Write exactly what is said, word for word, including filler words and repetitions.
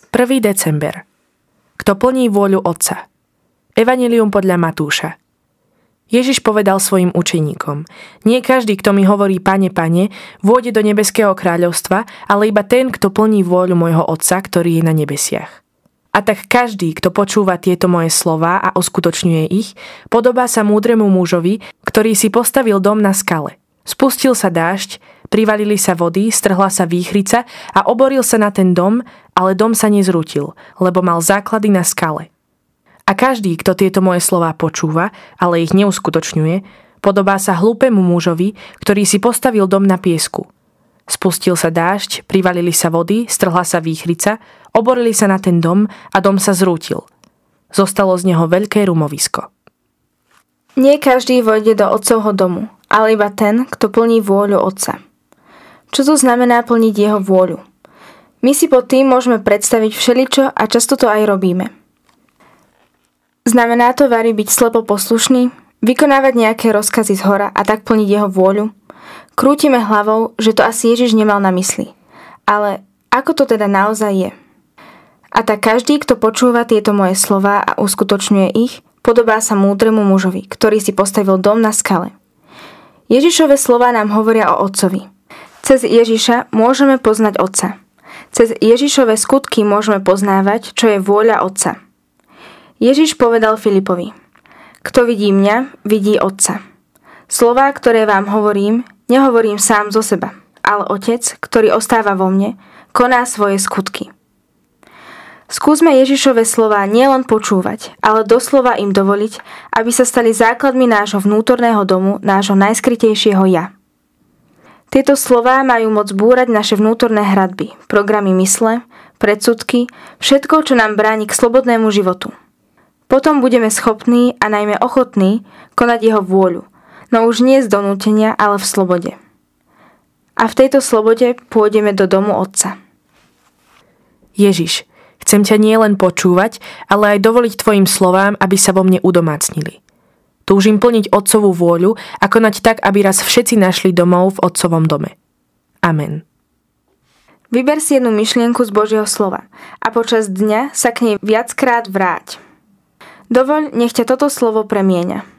prvý december. Kto plní vôľu Otca. Evanjelium podľa Matúša. Ježiš povedal svojim učeníkom: Nie každý, kto mi hovorí Pane, Pane, vôjde do nebeského kráľovstva, ale iba ten, kto plní vôľu môjho Otca, ktorý je na nebesiach. A tak každý, kto počúva tieto moje slová a uskutočňuje ich, podobá sa múdremu mužovi, ktorý si postavil dom na skale. Spustil sa dážď, privalili sa vody, strhla sa výchrica a oboril sa na ten dom, ale dom sa nezrútil, lebo mal základy na skale. A každý, kto tieto moje slová počúva, ale ich neuskutočňuje, podobá sa hlúpemu mužovi, ktorý si postavil dom na piesku. Spustil sa dážď, privalili sa vody, strhla sa výchrica, oborili sa na ten dom a dom sa zrútil. Zostalo z neho veľké rumovisko. Nie každý vojde do otcovho domu, ale iba ten, kto plní vôľu Otca. Čo to znamená plniť jeho vôľu? My si pod tým môžeme predstaviť všeličo a často to aj robíme. Znamená to vari byť slepo poslušný, vykonávať nejaké rozkazy zhora a tak plniť jeho vôľu? Krútime hlavou, že to asi Ježiš nemal na mysli. Ale ako to teda naozaj je? A tak každý, kto počúva tieto moje slová a uskutočňuje ich, podobá sa múdremu mužovi, ktorý si postavil dom na skale. Ježišove slová nám hovoria o Otcovi. Cez Ježiša môžeme poznať Otca. Cez Ježišove skutky môžeme poznávať, čo je vôľa Otca. Ježiš povedal Filipovi: Kto vidí mňa, vidí Otca. Slová, ktoré vám hovorím, nehovorím sám zo seba, ale Otec, ktorý ostáva vo mne, koná svoje skutky. Skúsme Ježišove slová nielen počúvať, ale doslova im dovoliť, aby sa stali základmi nášho vnútorného domu, nášho najskrytejšieho ja. Tieto slová majú moc búrať naše vnútorné hradby, programy mysle, predsudky, všetko, čo nám bráni k slobodnému životu. Potom budeme schopní a najmä ochotní konať jeho vôľu, no už nie z donútenia, ale v slobode. A v tejto slobode pôjdeme do domu Otca. Ježiš, chcem ťa nielen počúvať, ale aj dovoliť tvojim slovám, aby sa vo mne udomácnili. Túžim plniť Otcovú vôľu a konať tak, aby raz všetci našli domov v Otcovom dome. Amen. Vyber si jednu myšlienku z Božieho slova a počas dňa sa k nej viackrát vráť. Dovoľ, nech ťa toto slovo premieňa.